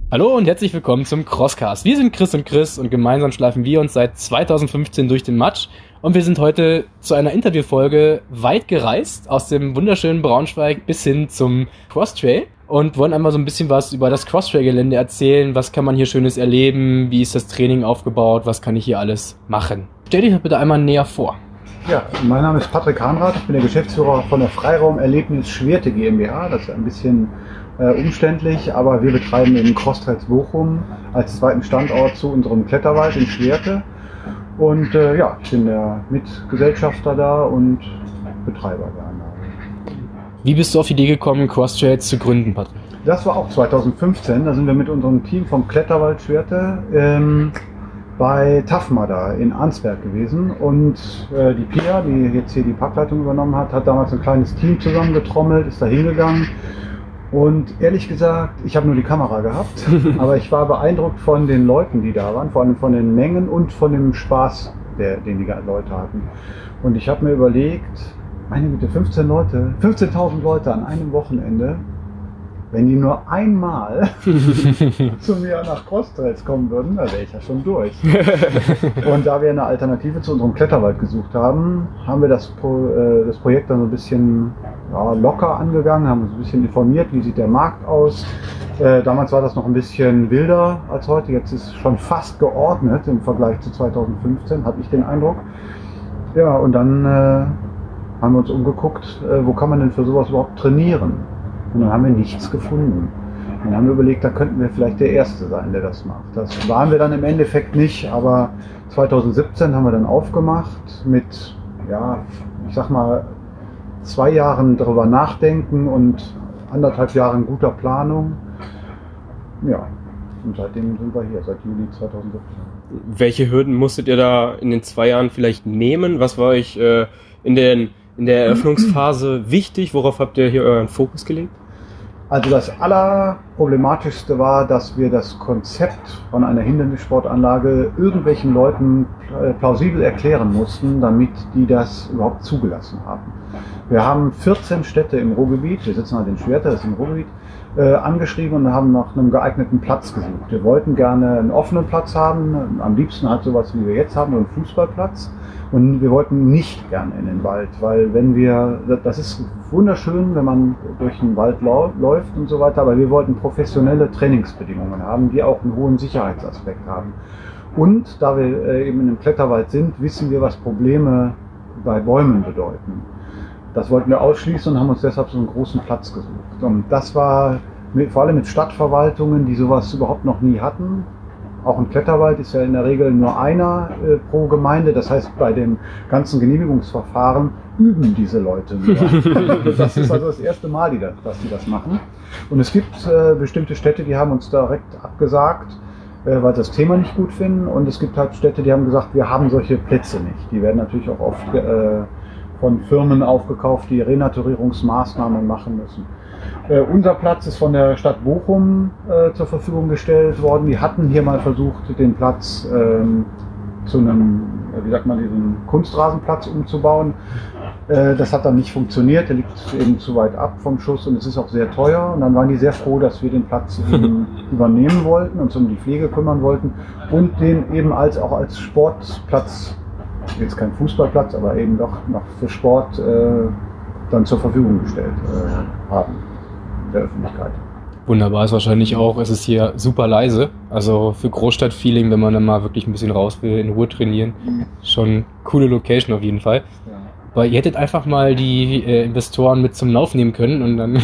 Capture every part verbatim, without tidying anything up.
Hallo und herzlich willkommen zum Crosscast. Wir sind Chris und Chris und gemeinsam schleifen wir uns seit zweitausendfünfzehn durch den Matsch und wir sind heute zu einer Interviewfolge weit gereist, aus dem wunderschönen Braunschweig bis hin zum Crosstrail und wollen einmal so ein bisschen was über das Crosstrail-Gelände erzählen. Was kann man hier Schönes erleben? Wie ist das Training aufgebaut? Was kann ich hier alles machen? Stell dich doch bitte einmal näher vor. Ja, mein Name ist Patrick Hahnrath, ich bin der Geschäftsführer von der Freiraum Erlebnis Schwerte GmbH. Das ist ein bisschen äh, umständlich, aber wir betreiben eben Crosstrails Bochum als zweiten Standort zu unserem Kletterwald in Schwerte. Und äh, ja, ich bin der Mitgesellschafter da und Betreiber der Anlage. Wie bist du auf die Idee gekommen, Crosstrails zu gründen, Patrick? Das war auch zweitausendfünfzehn, da sind wir mit unserem Team vom Kletterwald Schwerte ähm, bei Tafmada in Arnsberg gewesen und äh, die Pia, die jetzt hier die Parkleitung übernommen hat, hat damals ein kleines Team zusammengetrommelt, ist da hingegangen und ehrlich gesagt, ich habe nur die Kamera gehabt, aber ich war beeindruckt von den Leuten, die da waren, vor allem von den Mengen und von dem Spaß, der, den die Leute hatten. Und ich habe mir überlegt, meine Güte, fünfzehn Leute, fünfzehntausend Leute an einem Wochenende, wenn die nur einmal zu mir nach Crosstrails kommen würden, dann wäre ich ja schon durch. Und da wir eine Alternative zu unserem Kletterwald gesucht haben, haben wir das, Pro, äh, das Projekt dann so ein bisschen ja, locker angegangen, haben uns ein bisschen informiert, wie sieht der Markt aus. Äh, damals war das noch ein bisschen wilder als heute, jetzt ist es schon fast geordnet im Vergleich zu zweitausendfünfzehn, habe ich den Eindruck. Ja, und dann äh, haben wir uns umgeguckt, äh, wo kann man denn für sowas überhaupt trainieren? Und dann haben wir nichts gefunden. Und dann haben wir überlegt, da könnten wir vielleicht der Erste sein, der das macht. Das waren wir dann im Endeffekt nicht, aber zweitausendsiebzehn haben wir dann aufgemacht mit, ja, ich sag mal, zwei Jahren darüber nachdenken und anderthalb Jahren guter Planung. Ja, und seitdem sind wir hier, seit Juli zweitausendsiebzehn. Welche Hürden musstet ihr da in den zwei Jahren vielleicht nehmen? Was war euch äh, in den in der Eröffnungsphase wichtig? Worauf habt ihr hier euren Fokus gelegt? Also das Allerproblematischste war, dass wir das Konzept von einer Hindernissportanlage irgendwelchen Leuten plausibel erklären mussten, damit die das überhaupt zugelassen haben. Wir haben vierzehn Städte im Ruhrgebiet, wir sitzen halt in Schwerte, das ist im Ruhrgebiet, äh, angeschrieben und haben nach einem geeigneten Platz gesucht. Wir wollten gerne einen offenen Platz haben, am liebsten halt sowas wie wir jetzt haben, so einen Fußballplatz. Und wir wollten nicht gerne in den Wald, weil wenn wir, das ist wunderschön, wenn man durch den Wald lau- läuft und so weiter, aber wir wollten professionelle Trainingsbedingungen haben, die auch einen hohen Sicherheitsaspekt haben. Und da wir äh, eben in einem Kletterwald sind, wissen wir, was Probleme bei Bäumen bedeuten. Das wollten wir ausschließen und haben uns deshalb so einen großen Platz gesucht. Und das war mit, vor allem mit Stadtverwaltungen, die sowas überhaupt noch nie hatten. Auch ein Kletterwald ist ja in der Regel nur einer äh, pro Gemeinde. Das heißt, bei dem ganzen Genehmigungsverfahren üben diese Leute nur. Das ist also das erste Mal, die das, dass die das machen. Und es gibt äh, bestimmte Städte, die haben uns direkt abgesagt, äh, weil sie das Thema nicht gut finden. Und es gibt halt Städte, die haben gesagt, wir haben solche Plätze nicht. Die werden natürlich auch oft äh, von Firmen aufgekauft, die Renaturierungsmaßnahmen machen müssen. Uh, unser Platz ist von der Stadt Bochum uh, zur Verfügung gestellt worden. Die hatten hier mal versucht, den Platz ähm, zu einem, wie sagt man, diesen Kunstrasenplatz umzubauen. Uh, das hat dann nicht funktioniert, der liegt eben zu weit ab vom Schuss und es ist auch sehr teuer. Und dann waren die sehr froh, dass wir den Platz eben übernehmen wollten, uns um die Pflege kümmern wollten und den eben als, auch als Sportplatz, jetzt kein Fußballplatz, aber eben doch noch für Sport äh, dann zur Verfügung gestellt äh, haben. Der Öffentlichkeit. Wunderbar ist wahrscheinlich auch, es ist hier super leise, also für Großstadtfeeling, wenn man dann mal wirklich ein bisschen raus will, in Ruhe trainieren, schon coole Location auf jeden Fall. Ja. Aber ihr hättet einfach mal die äh, Investoren mit zum Lauf nehmen können und dann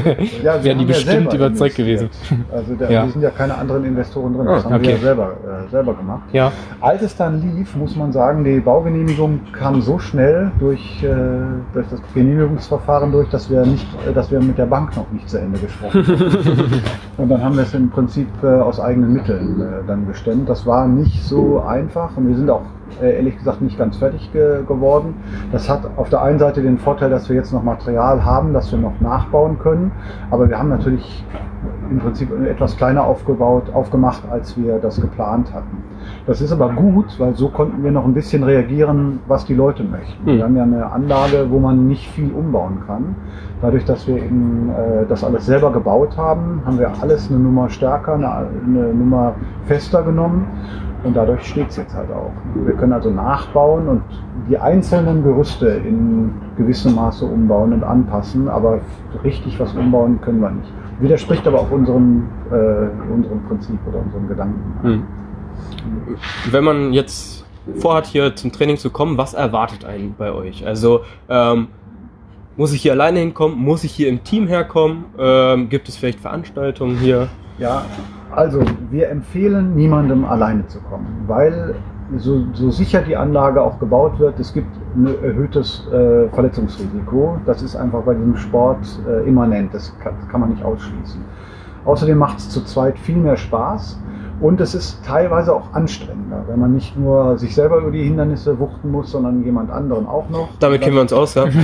ja, wären die bestimmt ja überzeugt gewesen. Also da ja. sind ja keine anderen Investoren drin, das oh, haben okay. wir ja selber, äh, selber gemacht. Ja. Als es dann lief, muss man sagen, die Baugenehmigung kam so schnell durch, äh, durch das Genehmigungsverfahren durch, dass wir, nicht, äh, dass wir mit der Bank noch nicht zu Ende gesprochen haben. Und dann haben wir es im Prinzip äh, aus eigenen Mitteln äh, dann gestemmt. Das war nicht so einfach und wir sind auch ehrlich gesagt nicht ganz fertig ge- geworden. Das hat auf der einen Seite den Vorteil, dass wir jetzt noch Material haben, das wir noch nachbauen können, aber wir haben natürlich im Prinzip etwas kleiner aufgebaut, aufgemacht, als wir das geplant hatten. Das ist aber gut, weil so konnten wir noch ein bisschen reagieren, was die Leute möchten. Mhm. Wir haben ja eine Anlage, wo man nicht viel umbauen kann. Dadurch, dass wir eben äh, das alles selber gebaut haben, haben wir alles eine Nummer stärker, eine, eine Nummer fester genommen. Und dadurch steht es jetzt halt auch. Wir können also nachbauen und die einzelnen Gerüste in gewissem Maße umbauen und anpassen, aber richtig was umbauen können wir nicht. Widerspricht aber auch unserem, äh, unserem Prinzip oder unserem Gedanken. Hm. Wenn man jetzt vorhat, hier zum Training zu kommen, was erwartet einen bei euch? Also ähm, muss ich hier alleine hinkommen? Muss ich hier im Team herkommen? Ähm, gibt es vielleicht Veranstaltungen hier? Ja, also wir empfehlen niemandem alleine zu kommen, weil so, so sicher die Anlage auch gebaut wird, es gibt ein erhöhtes äh, Verletzungsrisiko. Das ist einfach bei diesem Sport äh, immanent, das kann, kann man nicht ausschließen. Außerdem macht es zu zweit viel mehr Spaß und es ist teilweise auch anstrengender, wenn man nicht nur sich selber über die Hindernisse wuchten muss, sondern jemand anderen auch noch. Damit kennen wir uns aus, ja.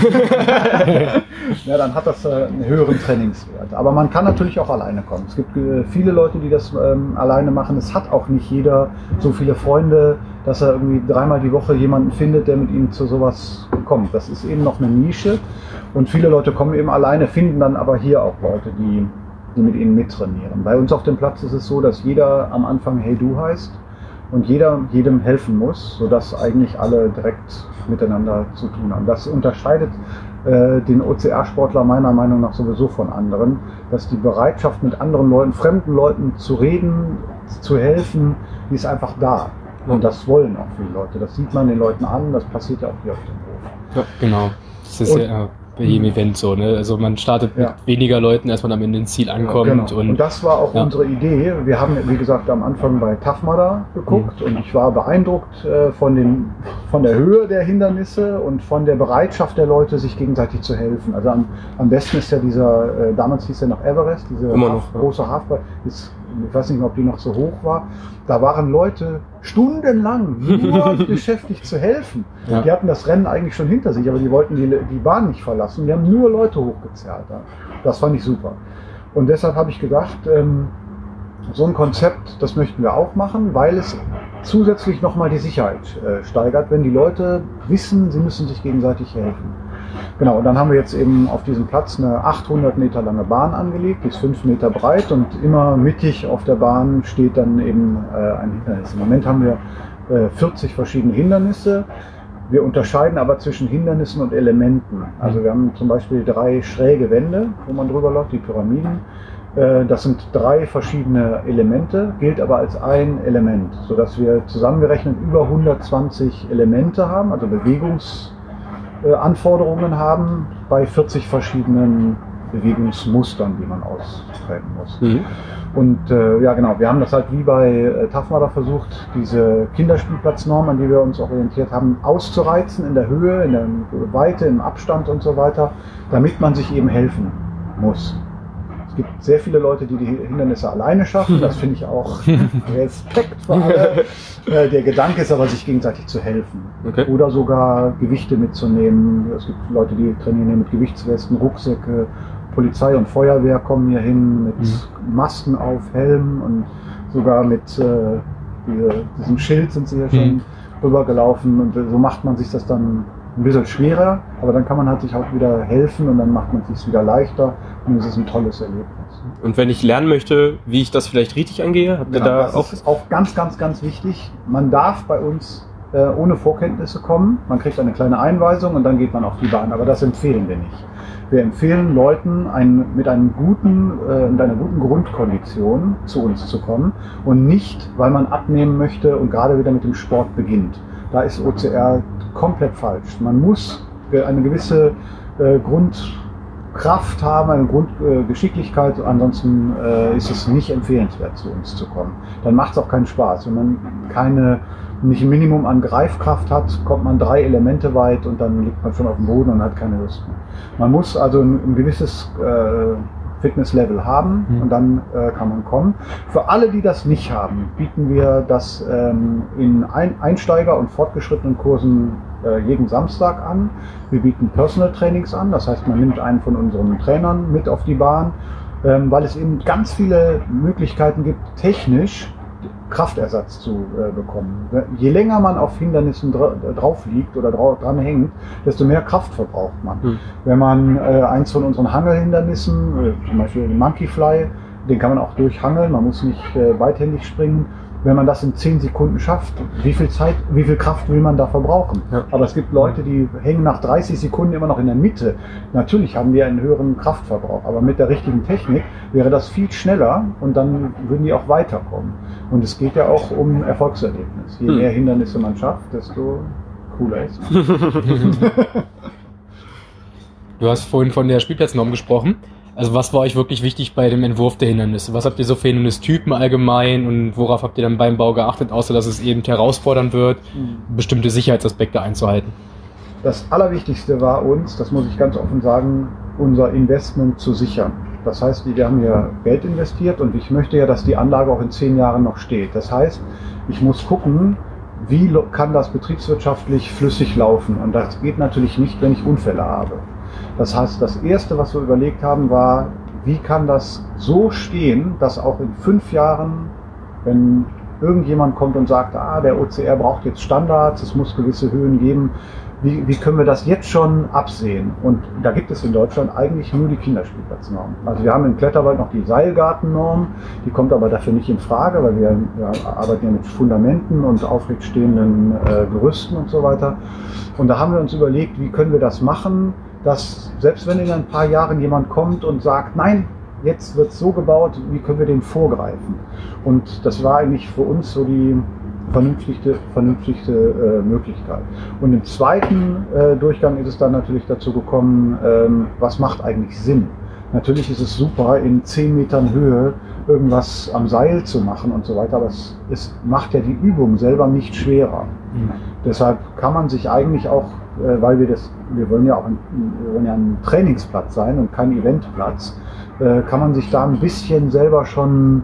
Ja, dann hat das äh, einen höheren Trainingswert. Aber man kann natürlich auch alleine kommen. Es gibt äh, viele Leute, die das ähm, alleine machen. Es hat auch nicht jeder so viele Freunde, dass er irgendwie dreimal die Woche jemanden findet, der mit ihm zu sowas kommt. Das ist eben noch eine Nische. Und viele Leute kommen eben alleine, finden dann aber hier auch Leute, die, die mit ihnen mittrainieren. Bei uns auf dem Platz ist es so, dass jeder am Anfang Hey Du heißt und jeder jedem helfen muss, sodass eigentlich alle direkt miteinander zu tun haben. Das unterscheidet äh, den O C R-Sportler meiner Meinung nach sowieso von anderen, dass die Bereitschaft mit anderen Leuten, fremden Leuten zu reden, zu helfen, die ist einfach da. Und das wollen auch viele Leute. Das sieht man den Leuten an, das passiert ja auch hier auf dem Hof. Ja, genau. Das ist Und, ja bei jedem Event so, ne? Also man startet ja. mit weniger Leuten, erst man am Ende ins Ziel ankommt. Ja, genau. und, und das war auch ja. unsere Idee. Wir haben, wie gesagt, am Anfang bei Tough Mudder geguckt mhm. und ich war beeindruckt äh, von, den, von der Höhe der Hindernisse und von der Bereitschaft der Leute, sich gegenseitig zu helfen. Also am, am besten ist ja dieser, äh, damals hieß er noch Everest, diese Immer Half, noch, große Halfpipe, ist, ich weiß nicht mehr, ob die noch so hoch war. Da waren Leute stundenlang nur beschäftigt zu helfen. Ja. Die hatten das Rennen eigentlich schon hinter sich, aber die wollten die, die Bahn nicht verlassen. Die haben nur Leute hochgezerrt. Das fand ich super. Und deshalb habe ich gedacht, ähm, so ein Konzept, das möchten wir auch machen, weil es zusätzlich nochmal die Sicherheit äh, steigert, wenn die Leute wissen, sie müssen sich gegenseitig helfen. Genau, und dann haben wir jetzt eben auf diesem Platz eine achthundert Meter lange Bahn angelegt, die ist fünf Meter breit und immer mittig auf der Bahn steht dann eben äh, ein Hindernis. Im Moment haben wir äh, vierzig verschiedene Hindernisse. Wir unterscheiden aber zwischen Hindernissen und Elementen. Also wir haben zum Beispiel drei schräge Wände, wo man drüber läuft, die Pyramiden. Äh, das sind drei verschiedene Elemente, gilt aber als ein Element, sodass wir zusammengerechnet über hundertzwanzig Elemente haben, also Bewegungs Anforderungen haben bei vierzig verschiedenen Bewegungsmustern, die man ausprägen muss. Mhm. Und äh, ja genau, wir haben das halt wie bei äh, Tough Mudder versucht, diese Kinderspielplatznorm, an die wir uns orientiert haben, auszureizen in der Höhe, in der Weite, im Abstand und so weiter, damit man sich eben helfen muss. Es gibt sehr viele Leute, die die Hindernisse alleine schaffen, das finde ich auch Respekt vor alle. Der Gedanke ist aber, sich gegenseitig zu helfen. Okay. Oder sogar Gewichte mitzunehmen. Es gibt Leute, die trainieren hier mit Gewichtswesten, Rucksäcke, Polizei und Feuerwehr kommen hier hin mit mhm. Masken auf, Helm und sogar mit äh, die, diesem Schild sind sie hier schon mhm. rübergelaufen. Und so macht man sich das dann ein bisschen schwerer, aber dann kann man halt sich auch wieder helfen und dann macht man es sich wieder leichter und es ist ein tolles Erlebnis. Und wenn ich lernen möchte, wie ich das vielleicht richtig angehe, habt ihr genau, da das auch... ist auch ganz, ganz, ganz wichtig. Man darf bei uns äh, ohne Vorkenntnisse kommen. Man kriegt eine kleine Einweisung und dann geht man auf die Bahn, aber das empfehlen wir nicht. Wir empfehlen Leuten, ein, mit, einem guten, äh, mit einer guten Grundkondition zu uns zu kommen und nicht, weil man abnehmen möchte und gerade wieder mit dem Sport beginnt. Da ist O C R komplett falsch. Man muss eine gewisse äh, Grundkraft haben, eine Grundgeschicklichkeit, äh, ansonsten äh, ist es nicht empfehlenswert, zu uns zu kommen. Dann macht es auch keinen Spaß. Wenn man keine, nicht ein Minimum an Greifkraft hat, kommt man drei Elemente weit und dann liegt man schon auf dem Boden und hat keine Lust mehr. Man muss also ein, ein gewisses äh, Fitnesslevel haben mhm. und dann äh, kann man kommen. Für alle, die das nicht haben, bieten wir das ähm, in Ein- Einsteiger- und fortgeschrittenen Kursen äh, jeden Samstag an. Wir bieten Personal Trainings an, das heißt, man nimmt einen von unseren Trainern mit auf die Bahn, ähm, weil es eben ganz viele Möglichkeiten gibt, technisch Kraftersatz zu äh, bekommen. Je länger man auf Hindernissen dra drauf liegt oder dra dran hängt, desto mehr Kraft verbraucht man. Mhm. Wenn man äh, eins von unseren Hangelhindernissen, äh, zum Beispiel den Monkey Fly, den kann man auch durchhangeln, man muss nicht äh, beidhändig springen. Wenn man das in zehn Sekunden schafft, wie viel Zeit, wie viel Kraft will man da verbrauchen? Ja. Aber es gibt Leute, die hängen nach dreißig Sekunden immer noch in der Mitte. Natürlich haben wir einen höheren Kraftverbrauch, aber mit der richtigen Technik wäre das viel schneller und dann würden die auch weiterkommen. Und es geht ja auch um Erfolgserlebnis. Je mehr Hindernisse man schafft, desto cooler ist man. Du hast vorhin von der Spielplatznorm gesprochen. Also was war euch wirklich wichtig bei dem Entwurf der Hindernisse? Was habt ihr so für Hindernistypen allgemein und worauf habt ihr dann beim Bau geachtet, außer dass es eben herausfordernd wird, mhm. bestimmte Sicherheitsaspekte einzuhalten? Das Allerwichtigste war uns, das muss ich ganz offen sagen, unser Investment zu sichern. Das heißt, wir haben hier Geld investiert und ich möchte ja, dass die Anlage auch in zehn Jahren noch steht. Das heißt, ich muss gucken, wie kann das betriebswirtschaftlich flüssig laufen. Und das geht natürlich nicht, wenn ich Unfälle habe. Das heißt, das Erste, was wir überlegt haben, war, wie kann das so stehen, dass auch in fünf Jahren, wenn irgendjemand kommt und sagt, ah, der O C R braucht jetzt Standards, es muss gewisse Höhen geben, wie, wie können wir das jetzt schon absehen? Und da gibt es in Deutschland eigentlich nur die Kinderspielplatznorm. Also wir haben im Kletterwald noch die Seilgartennorm, die kommt aber dafür nicht in Frage, weil wir, wir arbeiten ja mit Fundamenten und aufrecht stehenden äh, Gerüsten und so weiter. Und da haben wir uns überlegt, wie können wir das machen, dass selbst wenn in ein paar Jahren jemand kommt und sagt, nein, jetzt wird es so gebaut, wie können wir dem vorgreifen? Und das war eigentlich für uns so die vernünftigste, vernünftigste äh, Möglichkeit. Und im zweiten äh, Durchgang ist es dann natürlich dazu gekommen, ähm, was macht eigentlich Sinn? Natürlich ist es super, in zehn Metern Höhe irgendwas am Seil zu machen und so weiter, aber es, es macht ja die Übung selber nicht schwerer. Mhm. Deshalb kann man sich eigentlich auch, äh, weil wir das, wir wollen ja auch ein, wir wollen ja ein Trainingsplatz sein und kein Eventplatz, äh, kann man sich da ein bisschen selber schon,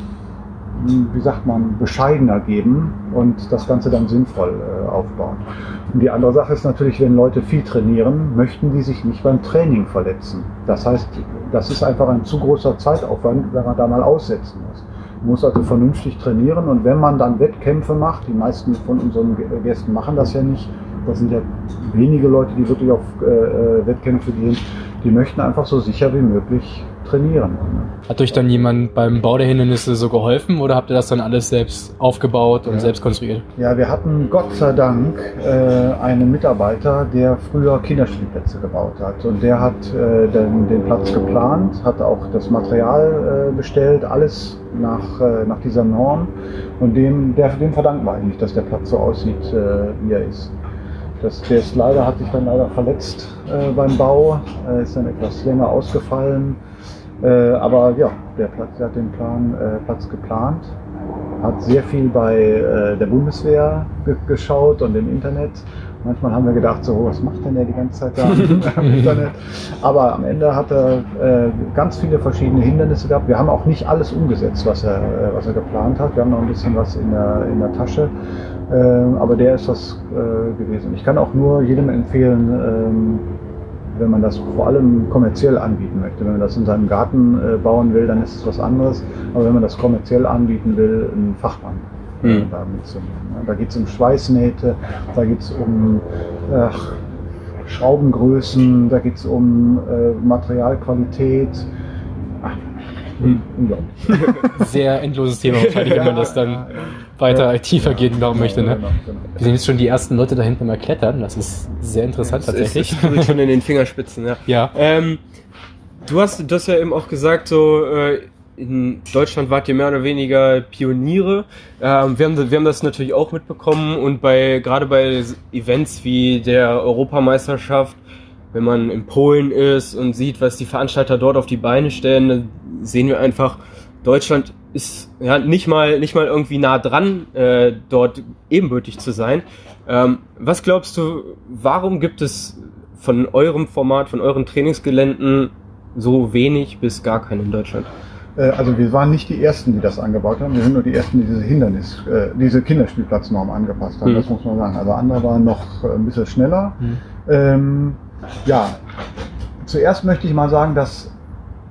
wie sagt man, bescheidener geben und das Ganze dann sinnvoll äh, aufbauen. Und die andere Sache ist natürlich, wenn Leute viel trainieren, möchten die sich nicht beim Training verletzen. Das heißt, das ist einfach ein zu großer Zeitaufwand, wenn man da mal aussetzen muss. Man muss also vernünftig trainieren und wenn man dann Wettkämpfe macht, die meisten von unseren Gästen machen das ja nicht, das sind ja wenige Leute, die wirklich auf äh, Wettkämpfe gehen, die möchten einfach so sicher wie möglich trainieren. Hat euch dann jemand beim Bau der Hindernisse so geholfen oder habt ihr das dann alles selbst aufgebaut und ja. selbst konstruiert? Ja, wir hatten Gott sei Dank äh, einen Mitarbeiter, der früher Kinderspielplätze gebaut hat und der hat äh, den, den Platz geplant, hat auch das Material äh, bestellt, alles nach, äh, nach dieser Norm und dem, der, dem verdanken wir eigentlich, dass der Platz so aussieht, äh, wie er ist. Das, der ist leider, hat sich dann leider verletzt äh, beim Bau, äh, ist dann etwas länger ausgefallen. Äh, aber ja, der Platz, der hat den Plan, äh, Platz geplant, hat sehr viel bei äh, der Bundeswehr ge geschaut und im Internet. Manchmal haben wir gedacht, so, was macht denn der die ganze Zeit da im Internet? Aber am Ende hat er äh, ganz viele verschiedene Hindernisse gehabt. Wir haben auch nicht alles umgesetzt, was er, äh, was er geplant hat. Wir haben noch ein bisschen was in der, in der Tasche. Äh, aber der ist das äh, gewesen. Ich kann auch nur jedem empfehlen, ähm, wenn man das vor allem kommerziell anbieten möchte. Wenn man das in seinem Garten äh, bauen will, dann ist es was anderes. Aber wenn man das kommerziell anbieten will, einen Fachmann äh, mhm. da mitzunehmen. Ja, da geht es um Schweißnähte, da geht es um äh, Schraubengrößen, da geht es um äh, Materialqualität. Ach, mhm. unglaublich. Sehr endloses Thema wahrscheinlich, wenn man das dann ja, weiter ja, tiefer gehen darum ja, möchte. Ne? Genau, genau. Wir sehen jetzt schon die ersten Leute da hinten mal klettern. Das ist sehr interessant das tatsächlich. Ist, ist schon in den Fingerspitzen, ja. ja. Ähm, du, hast, du hast ja eben auch gesagt, so äh, in Deutschland wart ihr mehr oder weniger Pioniere. Ähm, wir, haben, wir haben das natürlich auch mitbekommen und bei gerade bei Events wie der Europameisterschaft, wenn man in Polen ist und sieht, was die Veranstalter dort auf die Beine stellen, dann sehen wir einfach, Deutschland ist ja nicht mal nicht mal irgendwie nah dran, äh, dort ebenbürtig zu sein. Ähm, was glaubst du, warum gibt es von eurem Format, von euren Trainingsgeländen so wenig bis gar keinen in Deutschland? Äh, also wir waren nicht die Ersten, die das angebaut haben. Wir sind nur die Ersten, die diese Hindernis, äh, diese Kinderspielplatznorm angepasst haben. Mhm. Das muss man sagen. Also andere waren noch ein bisschen schneller. Mhm. Ähm, ja, zuerst möchte ich mal sagen, dass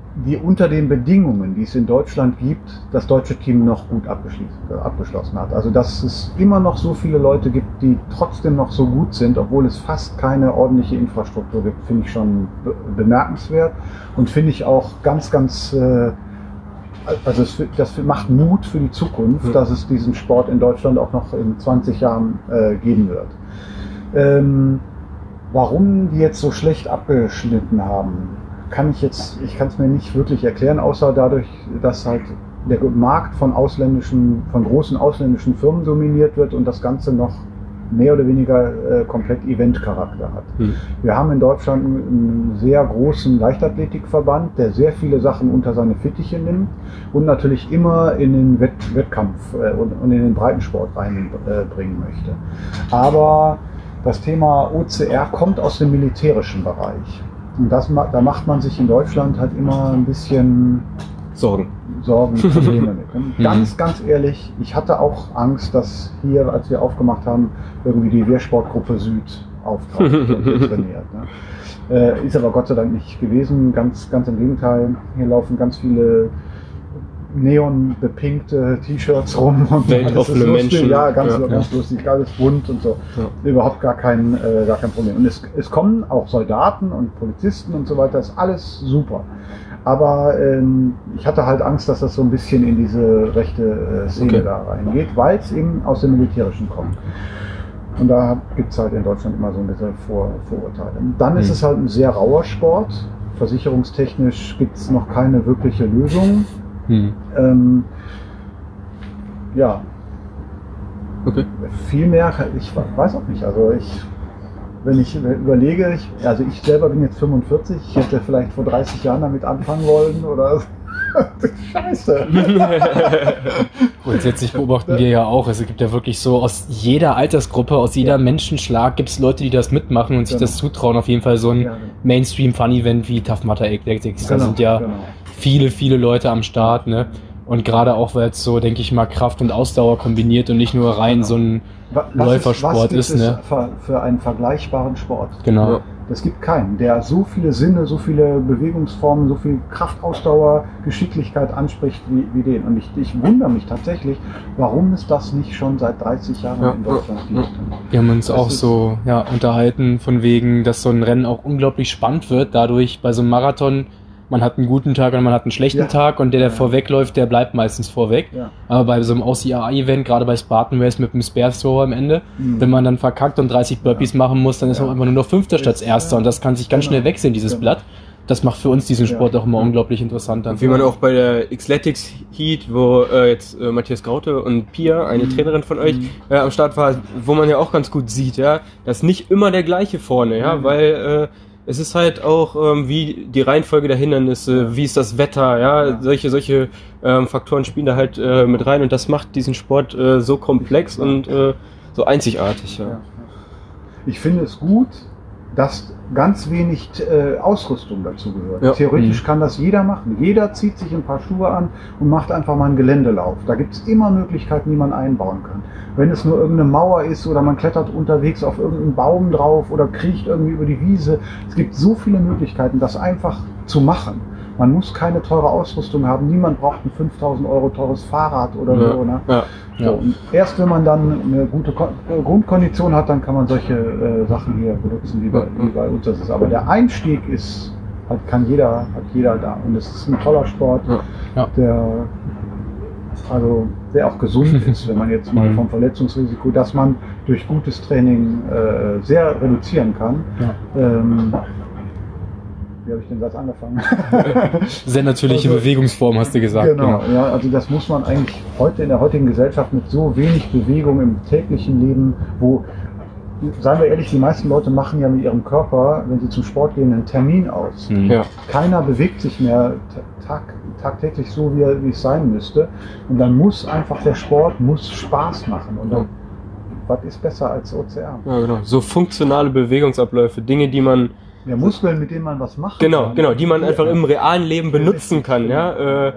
die unter den Bedingungen, die es in Deutschland gibt, das deutsche Team noch gut abgeschlossen hat. Also dass es immer noch so viele Leute gibt, die trotzdem noch so gut sind, obwohl es fast keine ordentliche Infrastruktur gibt, finde ich schon be- bemerkenswert und finde ich auch ganz, ganz, äh, also es, das macht Mut für die Zukunft, mhm. dass es diesen Sport in Deutschland auch noch in zwanzig Jahren äh, geben wird. Ähm, warum die jetzt so schlecht abgeschnitten haben, kann ich jetzt, ich kann es mir nicht wirklich erklären, außer dadurch, dass halt der Markt von ausländischen, von großen ausländischen Firmen dominiert wird und das Ganze noch mehr oder weniger äh, komplett Event-Charakter hat. Hm. Wir haben in Deutschland einen sehr großen Leichtathletikverband, der sehr viele Sachen unter seine Fittiche nimmt und natürlich immer in den Wett- Wettkampf äh, und, und in den Breitensport reinbringen äh, möchte. Aber das Thema O C R kommt aus dem militärischen Bereich. Und das, da macht man sich in Deutschland halt immer ein bisschen Sorgen, Sorgen, Probleme mit. Und ganz, ganz ehrlich, ich hatte auch Angst, dass hier, als wir aufgemacht haben, irgendwie die Wehrsportgruppe Süd auftaucht und trainiert. Ne? Äh, ist aber Gott sei Dank nicht gewesen. Ganz, ganz im Gegenteil. Hier laufen ganz viele neonbepinkte T-Shirts rum und weltoffene Menschen. Ja, ganz, ja, ganz ja. lustig, alles bunt und so. Ja. Überhaupt gar kein, äh, gar kein Problem. Und es, es kommen auch Soldaten und Polizisten und so weiter, ist alles super. Aber ähm, ich hatte halt Angst, dass das so ein bisschen in diese rechte äh, Szene okay. da reingeht, weil es eben aus dem Militärischen kommt. Und da gibt es halt in Deutschland immer so ein bisschen Vor- Vorurteile. Und dann hm. ist es halt ein sehr rauer Sport. Versicherungstechnisch gibt es noch keine wirkliche Lösung. Hm. Ähm, ja. Okay. Viel mehr, ich weiß auch nicht. Also ich, wenn ich überlege, ich, also ich selber bin jetzt fünfundvierzig, ich hätte vielleicht vor dreißig Jahren damit anfangen wollen oder Scheiße. Grundsätzlich beobachten wir ja auch, es gibt ja wirklich so aus jeder Altersgruppe, aus jeder ja. Menschenschlag gibt es Leute, die das mitmachen und sich genau. das zutrauen. Auf jeden Fall so ein ja, genau. Mainstream-Fun-Event wie Tough Mudder Athletics. Da genau, sind ja genau. viele, viele Leute am Start, ne? Und gerade auch, weil es so, denke ich mal, Kraft und Ausdauer kombiniert und nicht nur rein genau. so ein was Läufersport ist, ist, ne? Für, für einen vergleichbaren Sport. Genau. Ja. Es gibt keinen, der so viele Sinne, so viele Bewegungsformen, so viel Kraft, Ausdauer, Geschicklichkeit anspricht wie, wie den. Und ich, ich wundere mich tatsächlich, warum es das nicht schon seit dreißig Jahren ja. in Deutschland gibt. Wir haben uns das auch so ja, unterhalten, von wegen, dass so ein Rennen auch unglaublich spannend wird. Dadurch bei so einem Marathon, man hat einen guten Tag und man hat einen schlechten ja. Tag und der, der ja. vorwegläuft, der bleibt meistens vorweg. Ja. Aber bei so einem O C R A-Event, gerade bei Spartan Race mit dem Spear Thrower am Ende, mhm. wenn man dann verkackt und dreißig Burpees ja. machen muss, dann ist ja. man immer nur noch Fünfter statt Erster und das kann sich ganz genau. schnell wechseln, dieses genau. Blatt. Das macht für uns diesen Sport ja. auch immer ja. unglaublich interessant. Und wie man auch bei der Xletics Heat, wo äh, jetzt äh, Matthias Graute und Pia, eine mhm. Trainerin von euch, mhm. äh, am Start war, wo man ja auch ganz gut sieht, ja, dass nicht immer der gleiche vorne, ja, mhm. weil äh, es ist halt auch, ähm, wie die Reihenfolge der Hindernisse, wie ist das Wetter, ja, ja. solche solche ähm, Faktoren spielen da halt äh, mit rein und das macht diesen Sport äh, so komplex und äh, so einzigartig. Ja. Ja. Ich finde es gut, dass ganz wenig äh, Ausrüstung dazu gehört. Ja. Theoretisch mhm. kann das jeder machen. Jeder zieht sich ein paar Schuhe an und macht einfach mal einen Geländelauf. Da gibt es immer Möglichkeiten, die man einbauen kann. Wenn es nur irgendeine Mauer ist oder man klettert unterwegs auf irgendeinen Baum drauf oder kriecht irgendwie über die Wiese. Es gibt so viele Möglichkeiten, das einfach zu machen. Man muss keine teure Ausrüstung haben. Niemand braucht ein fünftausend Euro teures Fahrrad oder ja. so. Ne? Ja. So, und erst wenn man dann eine gute Ko- Grundkondition hat, dann kann man solche äh, Sachen hier benutzen, wie bei, wie bei uns das ist. Aber der Einstieg ist, hat, kann jeder, hat jeder da. Und es ist ein toller Sport, ja. der also der auch gesund ist, wenn man jetzt mal vom Verletzungsrisiko, dass man durch gutes Training äh, sehr reduzieren kann. Ja. Ähm, Wie habe ich den Satz angefangen? Sehr natürliche also, Bewegungsform, hast du gesagt. Genau, genau, ja, also das muss man eigentlich heute in der heutigen Gesellschaft mit so wenig Bewegung im täglichen Leben, wo, seien wir ehrlich, die meisten Leute machen ja mit ihrem Körper, wenn sie zum Sport gehen, einen Termin aus. Mhm. Ja. Keiner bewegt sich mehr tag, tagtäglich so, wie, er, wie es sein müsste. Und dann muss einfach der Sport muss Spaß machen. Und dann, was ist besser als O C R? Ja, genau. So funktionale Bewegungsabläufe, Dinge, die man Ja, Muskeln, mit denen man was macht. Genau, kann. genau, die man einfach im realen Leben benutzen kann. Ja, äh,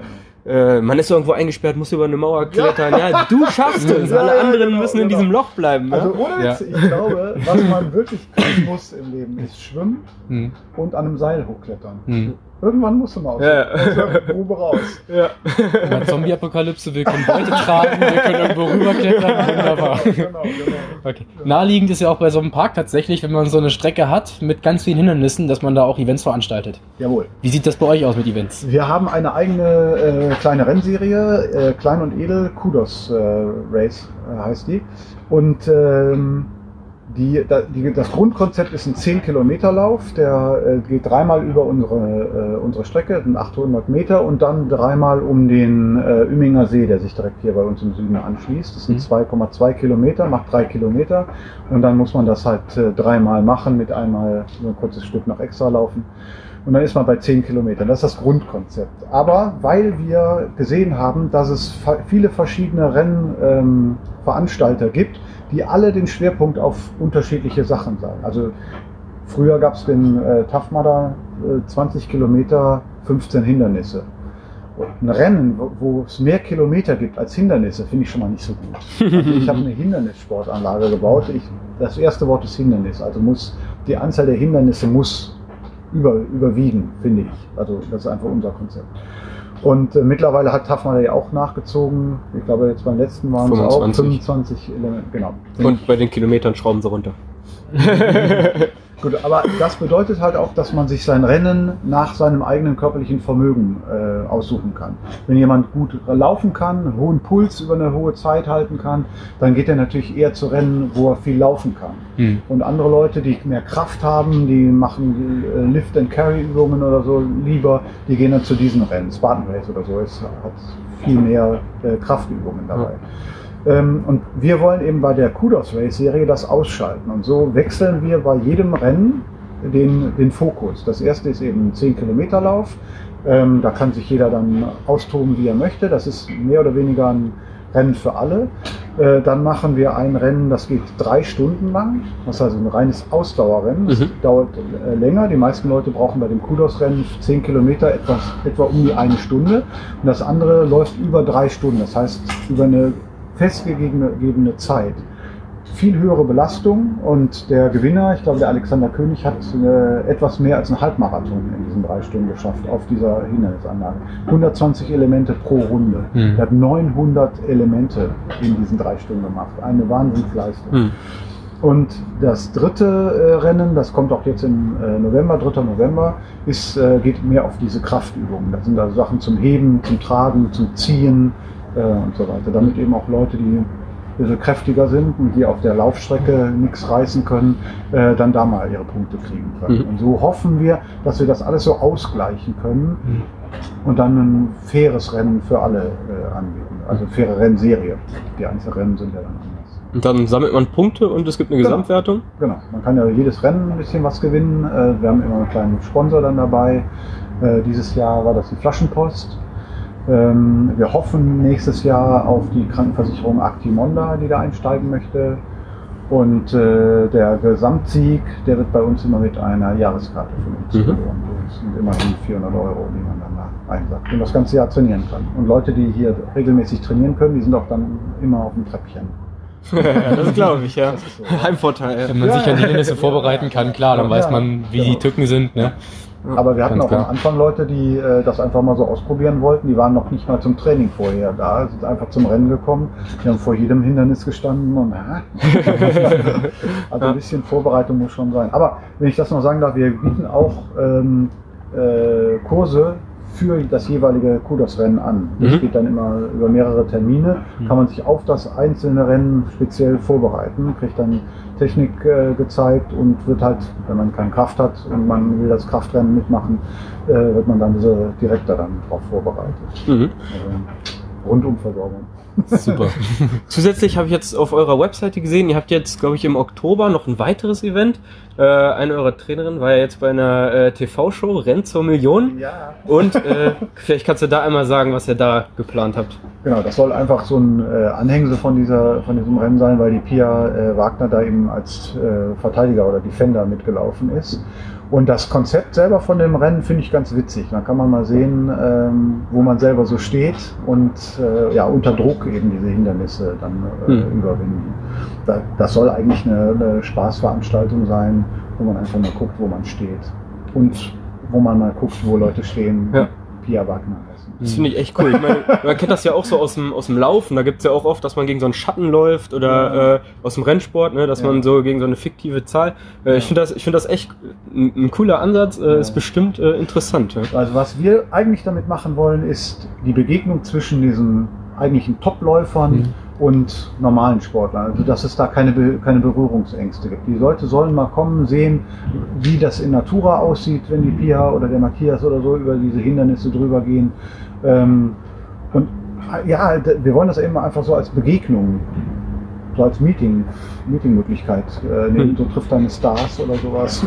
äh, man ist irgendwo eingesperrt, muss über eine Mauer klettern. Ja, ja du schaffst es. Ja, Alle ja, anderen genau, müssen in genau. diesem Loch bleiben. Ne? Also ohne Witz, Ja. ich glaube, was man wirklich können muss im Leben, ist schwimmen Hm. und an einem Seil hochklettern. Hm. Irgendwann musst du mal aus Ja. der Grube raus. Ja. In der Zombie-Apokalypse, wir können Beute tragen, wir können irgendwo rüberklettern, wunderbar. Genau, genau. Okay. Naheliegend ist ja auch bei so einem Park tatsächlich, wenn man so eine Strecke hat mit ganz vielen Hindernissen, dass man da auch Events veranstaltet. Jawohl. Wie sieht das bei euch aus mit Events? Wir haben eine eigene äh, kleine Rennserie, äh, Klein und Edel, Kudos äh, Race äh, heißt die. Und ähm, die, da, die, das Grundkonzept ist ein zehn Kilometer Lauf, der äh, geht dreimal über unsere, äh, unsere Strecke, sind achthundert Meter, und dann dreimal um den äh, Üminger See, der sich direkt hier bei uns im Süden anschließt. Das sind Mhm. zwei Komma zwei Kilometer, macht drei Kilometer, und dann muss man das halt äh, dreimal machen, mit einmal so ein kurzes Stück noch extra laufen. Und dann ist man bei zehn Kilometern. Das ist das Grundkonzept. Aber weil wir gesehen haben, dass es fa- viele verschiedene Rennveranstalter ähm, gibt, die alle den Schwerpunkt auf unterschiedliche Sachen sagen. Also früher gab es den äh, Tough Mudder, äh, zwanzig Kilometer, fünfzehn Hindernisse. Und ein Rennen, wo, wo es mehr Kilometer gibt als Hindernisse, finde ich schon mal nicht so gut. Also ich habe eine Hindernissportanlage gebaut. Ich, das erste Wort ist Hindernis. Also muss die Anzahl der Hindernisse muss über, überwiegen, finde ich. Also das ist einfach unser Konzept. Und äh, mittlerweile hat Tough Mudder ja auch nachgezogen. Ich glaube, jetzt beim letzten waren es auch fünfundzwanzig. fünfundzwanzig Elemente. Genau. Und bei den Kilometern schrauben sie runter. Gut, aber das bedeutet halt auch, dass man sich sein Rennen nach seinem eigenen körperlichen Vermögen äh, aussuchen kann. Wenn jemand gut laufen kann, einen hohen Puls über eine hohe Zeit halten kann, dann geht er natürlich eher zu Rennen, wo er viel laufen kann. Hm. Und andere Leute, die mehr Kraft haben, die machen äh, Lift-and-Carry-Übungen oder so lieber, die gehen dann zu diesen Rennen. Spartan Race oder so ist, hat viel mehr äh, Kraftübungen dabei. Ja. Ähm, und wir wollen eben bei der Kudos Race Serie das ausschalten. Und so wechseln wir bei jedem Rennen den, den Fokus. Das erste ist eben ein zehn Kilometer Lauf. Ähm, da kann sich jeder dann austoben, wie er möchte. Das ist mehr oder weniger ein Rennen für alle. Äh, dann machen wir ein Rennen, das geht drei Stunden lang. Das ist also ein reines Ausdauerrennen. Das Mhm. dauert äh, länger. Die meisten Leute brauchen bei dem Kudos-Rennen zehn Kilometer etwas, etwa um die eine Stunde. Und das andere läuft über drei Stunden. Das heißt, über eine festgegebene Zeit. Viel höhere Belastung, und der Gewinner, ich glaube der Alexander König, hat äh, etwas mehr als einen Halbmarathon in diesen drei Stunden geschafft auf dieser Hindernisanlage. hundertzwanzig Elemente pro Runde. Hm. Er hat neunhundert Elemente in diesen drei Stunden gemacht. Eine Wahnsinnsleistung. Hm. Und das dritte äh, Rennen, das kommt auch jetzt im äh, November, dritter November, ist, äh, geht mehr auf diese Kraftübungen. Das sind also Sachen zum Heben, zum Tragen, zum Ziehen, und so weiter, damit eben auch Leute, die ein bisschen kräftiger sind und die auf der Laufstrecke nichts reißen können, äh, dann da mal ihre Punkte kriegen können. Mhm. Und so hoffen wir, dass wir das alles so ausgleichen können Mhm. und dann ein faires Rennen für alle äh, anbieten. Also eine faire Rennserie. Die einzelnen Rennen sind ja dann anders. Und dann sammelt man Punkte und es gibt eine Genau. Gesamtwertung. Genau, man kann ja jedes Rennen ein bisschen was gewinnen. Äh, wir haben immer einen kleinen Sponsor dann dabei. Äh, dieses Jahr war das die Flaschenpost. Ähm, wir hoffen nächstes Jahr auf die Krankenversicherung Actimonda, die da einsteigen möchte. Und äh, der Gesamtsieg, der wird bei uns immer mit einer Jahreskarte von uns Mhm. belohnt. Das sind immerhin vierhundert Euro, die man dann da einsagt und das ganze Jahr trainieren kann. Und Leute, die hier regelmäßig trainieren können, die sind auch dann immer auf dem Treppchen. Ja, das glaube ich, ja. Das ist so, ja. Heimvorteil. Wenn man Ja, sich an die ja. Hindernisse vorbereiten kann, klar, dann Ja, weiß man, wie die genau. Tücken sind. Ne? Aber wir hatten Ganz auch klar. am Anfang Leute, die äh, das einfach mal so ausprobieren wollten. Die waren noch nicht mal zum Training vorher da, sind einfach zum Rennen gekommen. Die haben vor jedem Hindernis gestanden und äh. also ein bisschen Vorbereitung muss schon sein. Aber wenn ich das noch sagen darf, wir bieten auch ähm, äh, Kurse für das jeweilige Kudos-Rennen an. Das Mhm. geht dann immer über mehrere Termine, Mhm. kann man sich auf das einzelne Rennen speziell vorbereiten, kriegt dann Technik äh, gezeigt und wird halt, wenn man keine Kraft hat und man will das Kraftrennen mitmachen, äh, wird man dann diese direkt da dann drauf vorbereitet. Mhm. Also Rundumversorgung. Super. Zusätzlich habe ich jetzt auf eurer Webseite gesehen, ihr habt jetzt, glaube ich, im Oktober noch ein weiteres Event. Äh, eine eurer Trainerinnen war ja jetzt bei einer äh, T V-Show, Renn zur Million. Ja. Und äh, vielleicht kannst du da einmal sagen, was ihr da geplant habt. Genau, das soll einfach so ein äh, Anhängsel von dieser, von diesem Rennen sein, weil die Pia äh, Wagner da eben als äh, Verteidiger oder Defender mitgelaufen ist. Und das Konzept selber von dem Rennen finde ich ganz witzig. Da kann man mal sehen, ähm, wo man selber so steht und äh, ja, unter Druck eben diese Hindernisse dann äh, mhm. überwinden. Da, das soll eigentlich eine, eine Spaßveranstaltung sein, wo man einfach mal guckt, wo man steht. Und wo man mal guckt, wo Leute stehen, ja. Pia Wagner heißen. Das finde ich echt cool. Ich meine, man kennt das ja auch so aus dem, aus dem Laufen. Da gibt es ja auch oft, dass man gegen so einen Schatten läuft oder ja. äh, aus dem Rennsport, ne, dass ja. man so gegen so eine fiktive Zahl. Äh, ja. Ich finde das, ich finde das echt ein, ein cooler Ansatz. Äh, ja. Ist bestimmt äh, interessant. Ja. Also was wir eigentlich damit machen wollen, ist die Begegnung zwischen diesen eigentlichen Topläufern mhm. und normalen Sportlern. Also dass es da keine, Be- keine Berührungsängste gibt. Die Leute sollen mal kommen, sehen, wie das in Natura aussieht, wenn die Pia oder der Matthias oder so über diese Hindernisse drüber gehen. Ähm, und ja, wir wollen das eben einfach so als Begegnung, so als Meeting, Meetingmöglichkeit äh, nehmen. So trifft deine Stars oder sowas.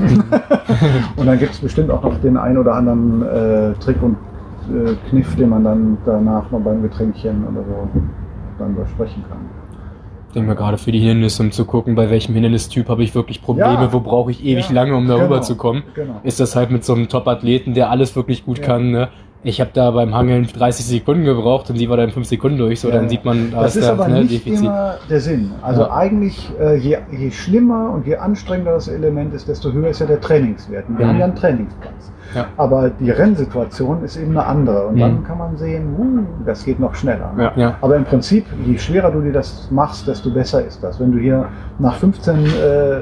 Und dann gibt es bestimmt auch noch den ein oder anderen äh, Trick und äh, Kniff, den man dann danach noch beim Getränkchen oder so dann besprechen kann. Ich denke mal gerade für die Hindernisse, um zu gucken, bei welchem Hindernistyp habe ich wirklich Probleme, ja. wo brauche ich ewig ja. lange, um darüber genau. zu kommen. Genau. Ist das halt mit so einem Top-Athleten, der alles wirklich gut ja. kann, ne? Ich habe da beim Hangeln dreißig Sekunden gebraucht und sie war da in fünf Sekunden durch, so ja, dann sieht man, da das ist, ist aber ne, nicht Defizit. Immer der Sinn. Also ja. eigentlich, äh, je, je schlimmer und je anstrengender das Element ist, desto höher ist ja der Trainingswert. Und wir mhm. haben ja einen Trainingsplatz. Ja. Aber die Rennsituation ist eben eine andere. Und mhm. dann kann man sehen, uh, das geht noch schneller. Ja. Ja. Aber im Prinzip, je schwerer du dir das machst, desto besser ist das. Wenn du hier nach fünfzehn äh, äh,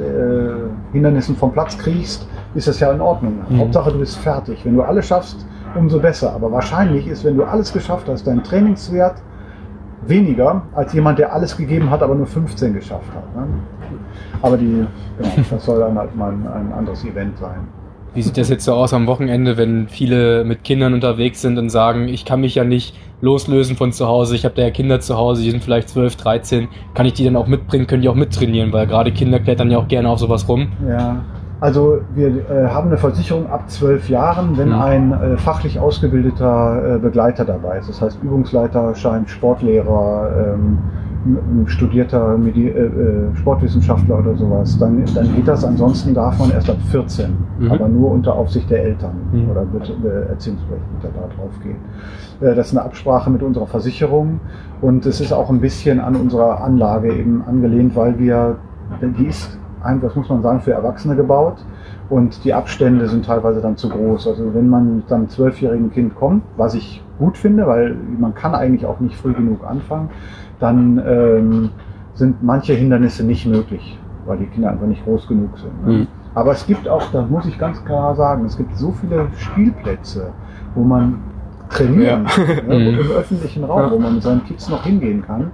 Hindernissen vom Platz kriegst, ist das ja in Ordnung. Mhm. Hauptsache, du bist fertig. Wenn du alles schaffst, umso besser. Aber wahrscheinlich ist, wenn du alles geschafft hast, dein Trainingswert weniger als jemand, der alles gegeben hat, aber nur fünfzehn geschafft hat. Ne? Aber die, genau, das soll dann halt mal ein, ein anderes Event sein. Wie sieht das jetzt so aus am Wochenende, wenn viele mit Kindern unterwegs sind und sagen, ich kann mich ja nicht loslösen von zu Hause, ich habe da ja Kinder zu Hause, die sind vielleicht zwölf, dreizehn, kann ich die dann auch mitbringen, können die auch mittrainieren, weil gerade Kinder klettern ja auch gerne auf sowas rum. Ja. Also wir äh, haben eine Versicherung ab zwölf Jahren, wenn mhm. ein äh, fachlich ausgebildeter äh, Begleiter dabei ist. Das heißt Übungsleiter, Schein, Sportlehrer, ähm, ein studierter Medi- äh, Sportwissenschaftler oder sowas. Dann, dann geht das. Ansonsten darf man erst ab vierzehn, mhm. aber nur unter Aufsicht der Eltern mhm. oder äh, Erziehungsberechtigter da drauf gehen. Äh, das ist eine Absprache mit unserer Versicherung und es ist auch ein bisschen an unserer Anlage eben angelehnt, weil wir, die ist das muss man sagen, für Erwachsene gebaut und die Abstände sind teilweise dann zu groß. Also wenn man mit einem zwölfjährigen Kind kommt, was ich gut finde, weil man kann eigentlich auch nicht früh genug anfangen, dann ähm, sind manche Hindernisse nicht möglich, weil die Kinder einfach nicht groß genug sind. Ne? Mhm. Aber es gibt auch, das muss ich ganz klar sagen, es gibt so viele Spielplätze, wo man trainieren kann, ja. ne? im öffentlichen Raum, wo man mit seinen Kids noch hingehen kann.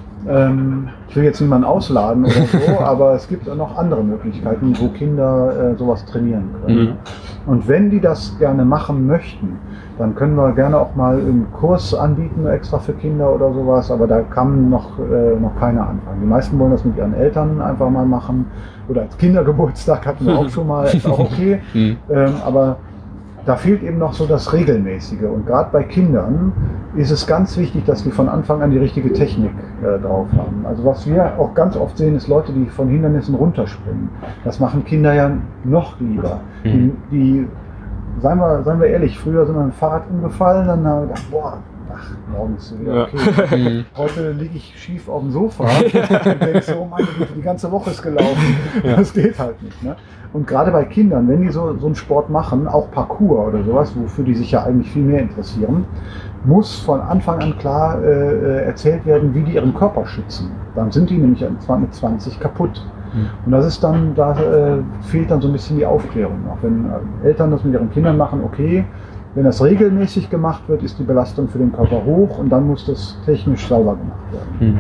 Ähm, ich will jetzt niemanden ausladen oder so, aber es gibt auch noch andere Möglichkeiten, wo Kinder äh, sowas trainieren können. Mhm. Und wenn die das gerne machen möchten, dann können wir gerne auch mal einen Kurs anbieten, extra für Kinder oder sowas, aber da kann noch, äh, noch keiner anfangen. Die meisten wollen das mit ihren Eltern einfach mal machen oder als Kindergeburtstag hatten wir auch schon mal, ist auch okay, mhm. ähm, aber da fehlt eben noch so das Regelmäßige und gerade bei Kindern ist es ganz wichtig, dass die von Anfang an die richtige Technik äh, drauf haben. Also was wir auch ganz oft sehen, ist Leute, die von Hindernissen runterspringen. Das machen Kinder ja noch lieber. Mhm. Die, die seien wir, seien wir ehrlich, früher sind wir mit dem Fahrrad umgefallen, dann haben wir gedacht, boah, ach, morgens wieder okay. Ja. Heute liege ich schief auf dem Sofa und denke so, meine Güte, die ganze Woche ist gelaufen. Ja. Das geht halt nicht. Ne? Und gerade bei Kindern, wenn die so, so einen Sport machen, auch Parkour oder sowas, wofür die sich ja eigentlich viel mehr interessieren, muss von Anfang an klar äh, erzählt werden, wie die ihren Körper schützen. Dann sind die nämlich mit zwanzig kaputt. Mhm. Und das ist dann, da äh, fehlt dann so ein bisschen die Aufklärung. Auch wenn äh, Eltern das mit ihren Kindern machen, okay, wenn das regelmäßig gemacht wird, ist die Belastung für den Körper hoch und dann muss das technisch sauber gemacht werden. Mhm.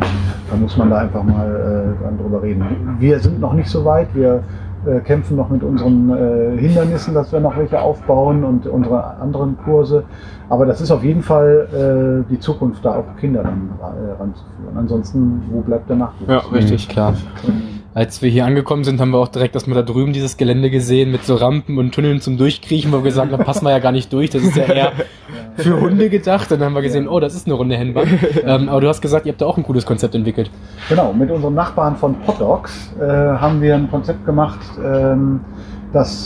Da muss man da einfach mal äh, dann drüber reden. Wir sind noch nicht so weit, wir äh, kämpfen noch mit unseren äh, Hindernissen, dass wir noch welche aufbauen und unsere anderen Kurse. Aber das ist auf jeden Fall äh, die Zukunft, da auch Kinder dann äh, ranzuführen. Ansonsten, wo bleibt der Nachwuchs? Ja, richtig, klar. Als wir hier angekommen sind, haben wir auch direkt erstmal da drüben dieses Gelände gesehen mit so Rampen und Tunneln zum Durchkriechen, wo wir gesagt haben, da passen wir ja gar nicht durch, das ist ja eher für Hunde gedacht. Und dann haben wir gesehen, oh, das ist eine runde Rennbahn. Ähm, aber du hast gesagt, ihr habt da auch ein cooles Konzept entwickelt. Genau, mit unseren Nachbarn von Poddogs äh, haben wir ein Konzept gemacht, ähm, das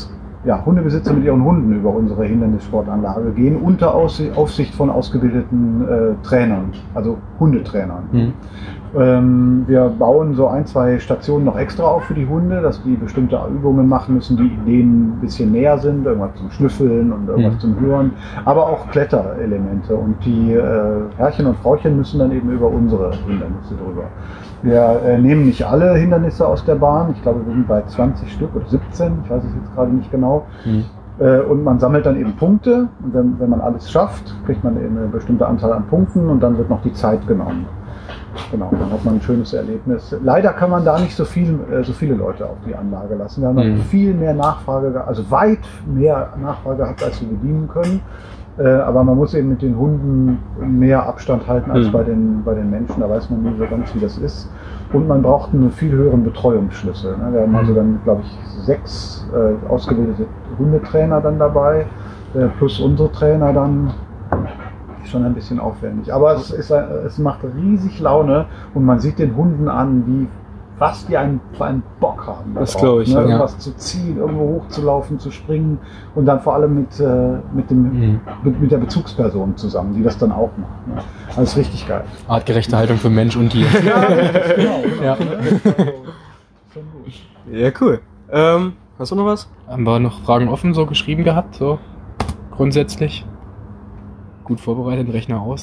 ja, Hundebesitzer mit ihren Hunden über unsere Hindernissportanlage gehen, unter Aufsicht von ausgebildeten äh, Trainern, also Hundetrainern. Mhm. Ähm, wir bauen so ein, zwei Stationen noch extra auf für die Hunde, dass die bestimmte Übungen machen müssen, die denen ein bisschen näher sind, irgendwas zum Schnüffeln und irgendwas mhm. zum Hören, aber auch Kletterelemente. Und die äh, Herrchen und Frauchen müssen dann eben über unsere Hindernisse drüber. Wir äh, nehmen nicht alle Hindernisse aus der Bahn. Ich glaube, wir sind bei zwanzig Stück oder siebzehn. Ich weiß es jetzt gerade nicht genau. Mhm. Äh, und man sammelt dann eben Punkte. Und wenn, wenn man alles schafft, kriegt man eben eine bestimmte Anzahl an Punkten und dann wird noch die Zeit genommen. Genau, dann hat man ein schönes Erlebnis. Leider kann man da nicht so, viel, äh, so viele Leute auf die Anlage lassen. Wir haben mhm. viel mehr Nachfrage, also weit mehr Nachfrage gehabt, als wir bedienen können. Äh, aber man muss eben mit den Hunden mehr Abstand halten als mhm. bei, den, bei den Menschen. Da weiß man nie so ganz, wie das ist. Und man braucht einen viel höheren Betreuungsschlüssel. Ne? Wir haben also dann, glaube ich, sechs äh, ausgebildete Hundetrainer dann dabei, äh, plus unsere Trainer dann. Ist schon ein bisschen aufwendig. Aber es, ist, es macht riesig Laune und man sieht den Hunden an, wie was die einen, für einen Bock haben. Das glaube ich. Ne? Ja. Irgendwas zu ziehen, irgendwo hochzulaufen, zu springen und dann vor allem mit, äh, mit, dem, mhm. mit, mit der Bezugsperson zusammen, die das dann auch macht. Ne? Also richtig geil. Artgerechte Haltung für Mensch und Tier. Ja, genau. genau ja. Ne? Ja, cool. Ähm, hast du noch was? Haben wir noch Fragen offen so geschrieben gehabt, so grundsätzlich? Gut vorbereitet, Rechner aus.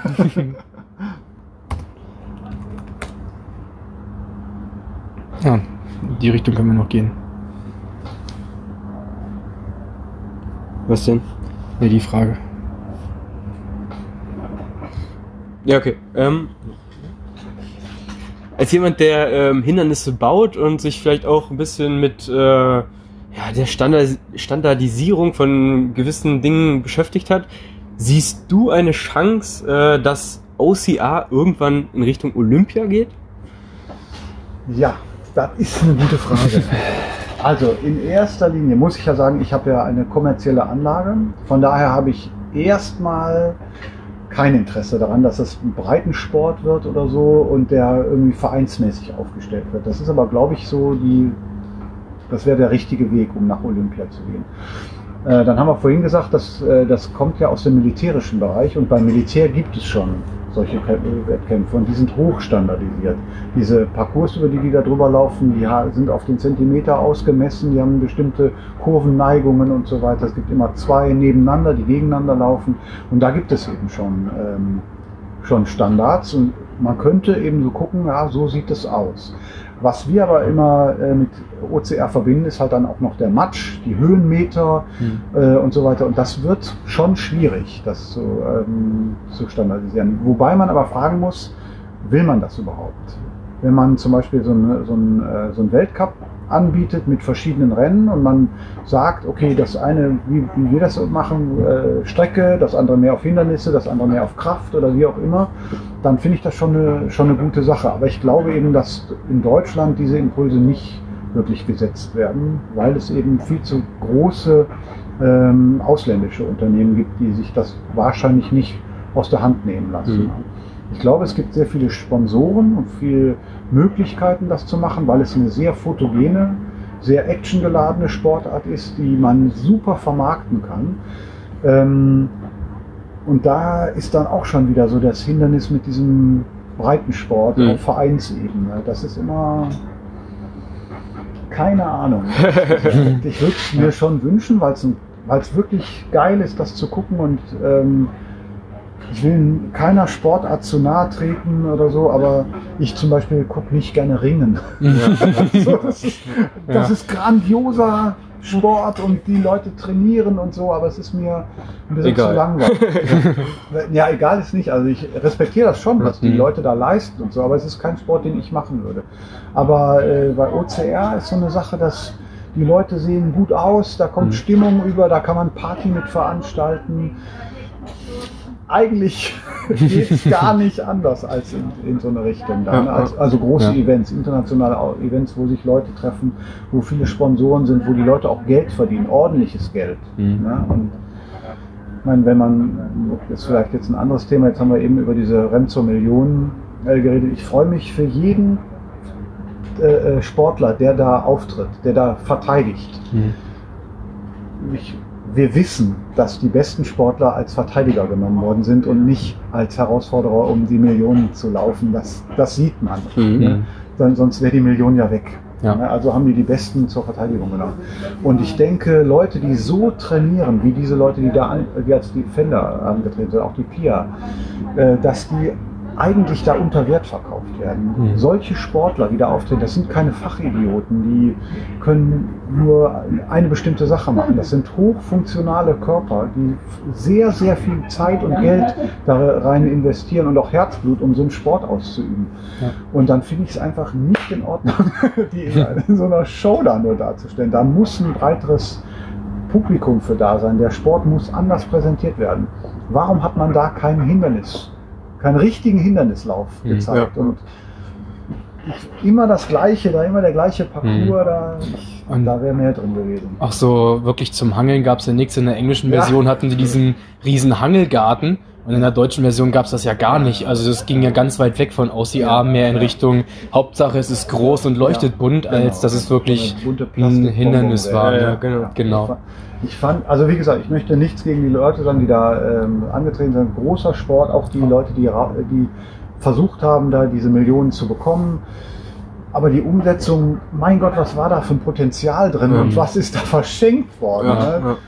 Ja, in die Richtung können wir noch gehen. Was denn? Ne, die Frage. Ja, okay. Ähm, als jemand, der ähm, Hindernisse baut und sich vielleicht auch ein bisschen mit äh, ja, der Standard- Standardisierung von gewissen Dingen beschäftigt hat, siehst du eine Chance, äh, dass O C R irgendwann in Richtung Olympia geht? Ja, das ist eine gute Frage. Also in erster Linie muss ich ja sagen, ich habe ja eine kommerzielle Anlage. Von daher habe ich erstmal kein Interesse daran, dass das ein Breitensport wird oder so und der irgendwie vereinsmäßig aufgestellt wird. Das ist aber, glaube ich, so die, das wäre der richtige Weg, um nach Olympia zu gehen. Äh, dann haben wir vorhin gesagt, dass, äh, das kommt ja aus dem militärischen Bereich und beim Militär gibt es schon solche Wettkämpfe und die sind hochstandardisiert. Diese Parcours, über die die da drüber laufen, die sind auf den Zentimeter ausgemessen, die haben bestimmte Kurvenneigungen und so weiter. Es gibt immer zwei nebeneinander, die gegeneinander laufen und da gibt es eben schon, ähm, schon Standards und man könnte eben so gucken, ja, so sieht es aus. Was wir aber immer äh, mit O C R verbinden, ist halt dann auch noch der Matsch, die Höhenmeter mhm. äh, und so weiter. Und das wird schon schwierig, das zu, ähm, zu standardisieren. Wobei man aber fragen muss, will man das überhaupt? Wenn man zum Beispiel so einen so ein, äh, so ein Weltcup anbietet mit verschiedenen Rennen und man sagt, okay, das eine, wie, wie wir das machen, äh, Strecke, das andere mehr auf Hindernisse, das andere mehr auf Kraft oder wie auch immer, dann finde ich das schon eine, schon eine gute Sache. Aber ich glaube eben, dass in Deutschland diese Impulse nicht wirklich gesetzt werden, weil es eben viel zu große ähm, ausländische Unternehmen gibt, die sich das wahrscheinlich nicht aus der Hand nehmen lassen. Mhm. Ich glaube, es gibt sehr viele Sponsoren und viele Möglichkeiten, das zu machen, weil es eine sehr fotogene, sehr actiongeladene Sportart ist, die man super vermarkten kann. Ähm, und da ist dann auch schon wieder so das Hindernis mit diesem Breitensport mhm. auf Vereinsebene. Das ist immer keine Ahnung. Ich würde es mir schon wünschen, weil es wirklich geil ist, das zu gucken und ähm, ich will keiner Sportart zu nahe treten oder so, aber ich zum Beispiel gucke nicht gerne Ringen. Ja. so, das ist, das ja. ist grandioser Sport und die Leute trainieren und so, aber es ist mir ein bisschen egal. Zu langweilig. Ja, egal ist nicht. Also ich respektiere das schon, was die Leute da leisten und so, aber es ist kein Sport, den ich machen würde. Aber äh, bei O C R ist so eine Sache, dass die Leute sehen gut aus, da kommt mhm. Stimmung über, da kann man Party mit veranstalten. Eigentlich geht es gar nicht anders als in, in so eine Richtung. Da, ne? also, also große ja. Events, internationale Events, wo sich Leute treffen, wo viele Sponsoren sind, wo die Leute auch Geld verdienen, ordentliches Geld. Mhm. Ne? Und ich meine, wenn man, das ist vielleicht jetzt ein anderes Thema, jetzt haben wir eben über diese Rennen zur Million äh, geredet. Ich freue mich für jeden äh, Sportler, der da auftritt, der da verteidigt. Mhm. ich, wir wissen, dass die besten Sportler als Verteidiger genommen worden sind und nicht als Herausforderer, um die Millionen zu laufen. Das, das sieht man. Mhm. Ne? Dann, sonst wäre die Million ja weg. Ja. Also haben die die Besten zur Verteidigung genommen. Und ich denke, Leute, die so trainieren, wie diese Leute, die da die als Defender angetreten sind, auch die Pia, äh, dass die eigentlich da unter Wert verkauft werden. Mhm. Solche Sportler, die da auftreten, das sind keine Fachidioten, die können nur eine bestimmte Sache machen. Das sind hochfunktionale Körper, die sehr, sehr viel Zeit und Geld da rein investieren und auch Herzblut, um so einen Sport auszuüben. Ja. Und dann finde ich es einfach nicht in Ordnung, die in, in so einer Show da nur darzustellen. Da muss ein breiteres Publikum für da sein. Der Sport muss anders präsentiert werden. Warum hat man da kein Hindernis? Keinen richtigen Hindernislauf gezeigt. Ja. Und ich, immer das Gleiche, da immer der gleiche Parcours, Mhm. da, Und- da wäre mehr drin gewesen. Ach so, wirklich zum Hangeln gab es ja nichts. In der englischen Ja. Version hatten die diesen riesen Hangelgarten und in der deutschen Version gab es das ja gar nicht. Also das ging ja ganz weit weg von O C A, mehr in Richtung Hauptsache es ist groß und leuchtet Ja, bunt, genau. als dass es wirklich So eine bunte ein Plastikbonbon Hindernis wäre. war. Ja, Ja, ja, genau. genau. Ich fand, also wie gesagt, ich möchte nichts gegen die Leute sagen, die da ähm, angetreten sind. Großer Sport, auch die Leute, die, ra- die versucht haben, da diese Millionen zu bekommen. Aber die Umsetzung, mein Gott, was war da für ein Potenzial drin Mhm. und was ist da verschenkt worden? Ja, Ne? ja.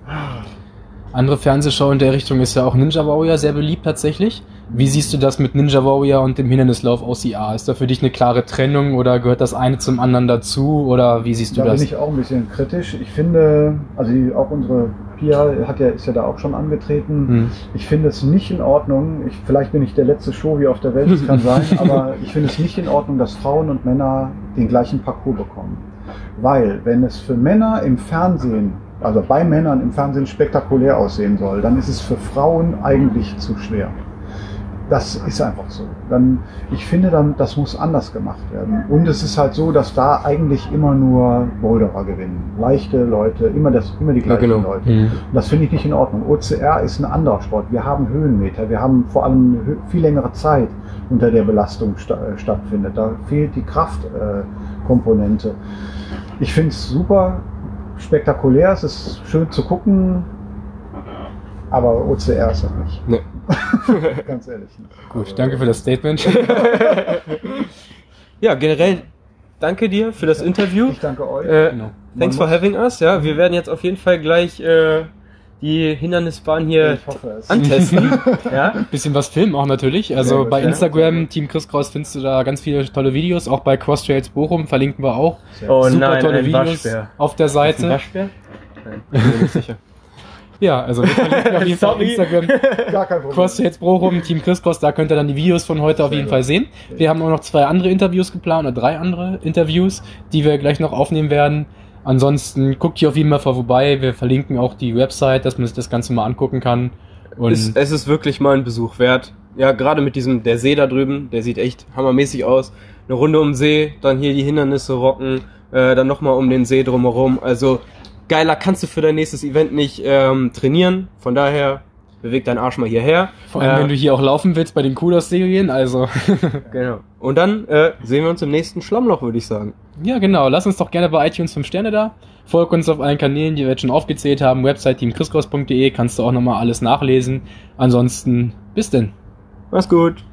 Andere Fernsehshow in der Richtung ist ja auch Ninja Warrior sehr beliebt tatsächlich. Wie siehst du das mit Ninja Warrior und dem Hindernislauf O C A? Ist da für dich eine klare Trennung oder gehört das eine zum anderen dazu oder wie siehst du Da das? bin ich auch ein bisschen kritisch. Ich finde, also die, auch unsere Pia hat ja, ist ja da auch schon angetreten. Hm. Ich finde es nicht in Ordnung, ich, vielleicht bin ich der letzte Showi auf der Welt, das kann sein, aber ich finde es nicht in Ordnung, dass Frauen und Männer den gleichen Parcours bekommen. Weil, wenn es für Männer im Fernsehen, also bei Männern im Fernsehen spektakulär aussehen soll, dann ist es für Frauen eigentlich zu schwer. Das ist einfach so. Dann, ich finde, dann, das muss anders gemacht werden. Und es ist halt so, dass da eigentlich immer nur Boulderer gewinnen. Leichte Leute, immer, das, immer die Ja, gleichen genau. Leute. Hm. Und das finde ich nicht in Ordnung. O C R ist ein anderer Sport. Wir haben Höhenmeter. Wir haben vor allem eine hö- viel längere Zeit, unter der Belastung sta äh, stattfindet. Da fehlt die Kraftkomponente. Äh, Komponente. Ich finde es super spektakulär. Es ist schön zu gucken. Aber O C R ist das nicht. Nee. Ganz ehrlich. Gut, danke für das Statement. Ja, generell danke dir für das Interview. Ich danke euch. Äh, Genau. thanks for having us. Ja, wir werden jetzt auf jeden Fall gleich äh, die Hindernisbahn hier Ich hoffe es. antesten. Ja. Bisschen was filmen auch natürlich. Also Sehr gut, bei ja. Instagram, Team Chris Cross, findest du da ganz viele tolle Videos. Auch bei Cross Trails Bochum verlinken wir auch. Oh Super nein, tolle ein Videos Waschbär. auf der Ist ein Seite. Waschbär? Nein, bin mir nicht sicher. Ja, also wir verlinken auf jeden Fall auf Sorry. Instagram. Gar kein Problem. Cross Trails Bochum, Team Chris Cross, da könnt ihr dann die Videos von heute auf Sehr jeden gut. Fall sehen. Wir haben auch noch zwei andere Interviews geplant, oder drei andere Interviews, die wir gleich noch aufnehmen werden. Ansonsten guckt hier auf jeden Fall vorbei. Wir verlinken auch die Website, dass man sich das Ganze mal angucken kann. Und Es, es ist wirklich mal ein Besuch wert. Ja, gerade mit diesem, der See da drüben, der sieht echt hammermäßig aus. Eine Runde um den See, dann hier die Hindernisse rocken, äh, dann nochmal um den See drumherum. Also geiler kannst du für dein nächstes Event nicht ähm, trainieren. Von daher, beweg deinen Arsch mal hierher. vor allem, Äh, wenn du hier auch laufen willst bei den Kudos-Serien, also Genau. Und dann äh, sehen wir uns im nächsten Schlammloch, würde ich sagen. ja genau, lass uns doch gerne bei iTunes fünf Sterne da. Folg uns auf allen Kanälen, die wir jetzt schon aufgezählt haben. Website team chris cross punkt de, kannst du auch nochmal alles nachlesen. Ansonsten, bis denn. Mach's gut.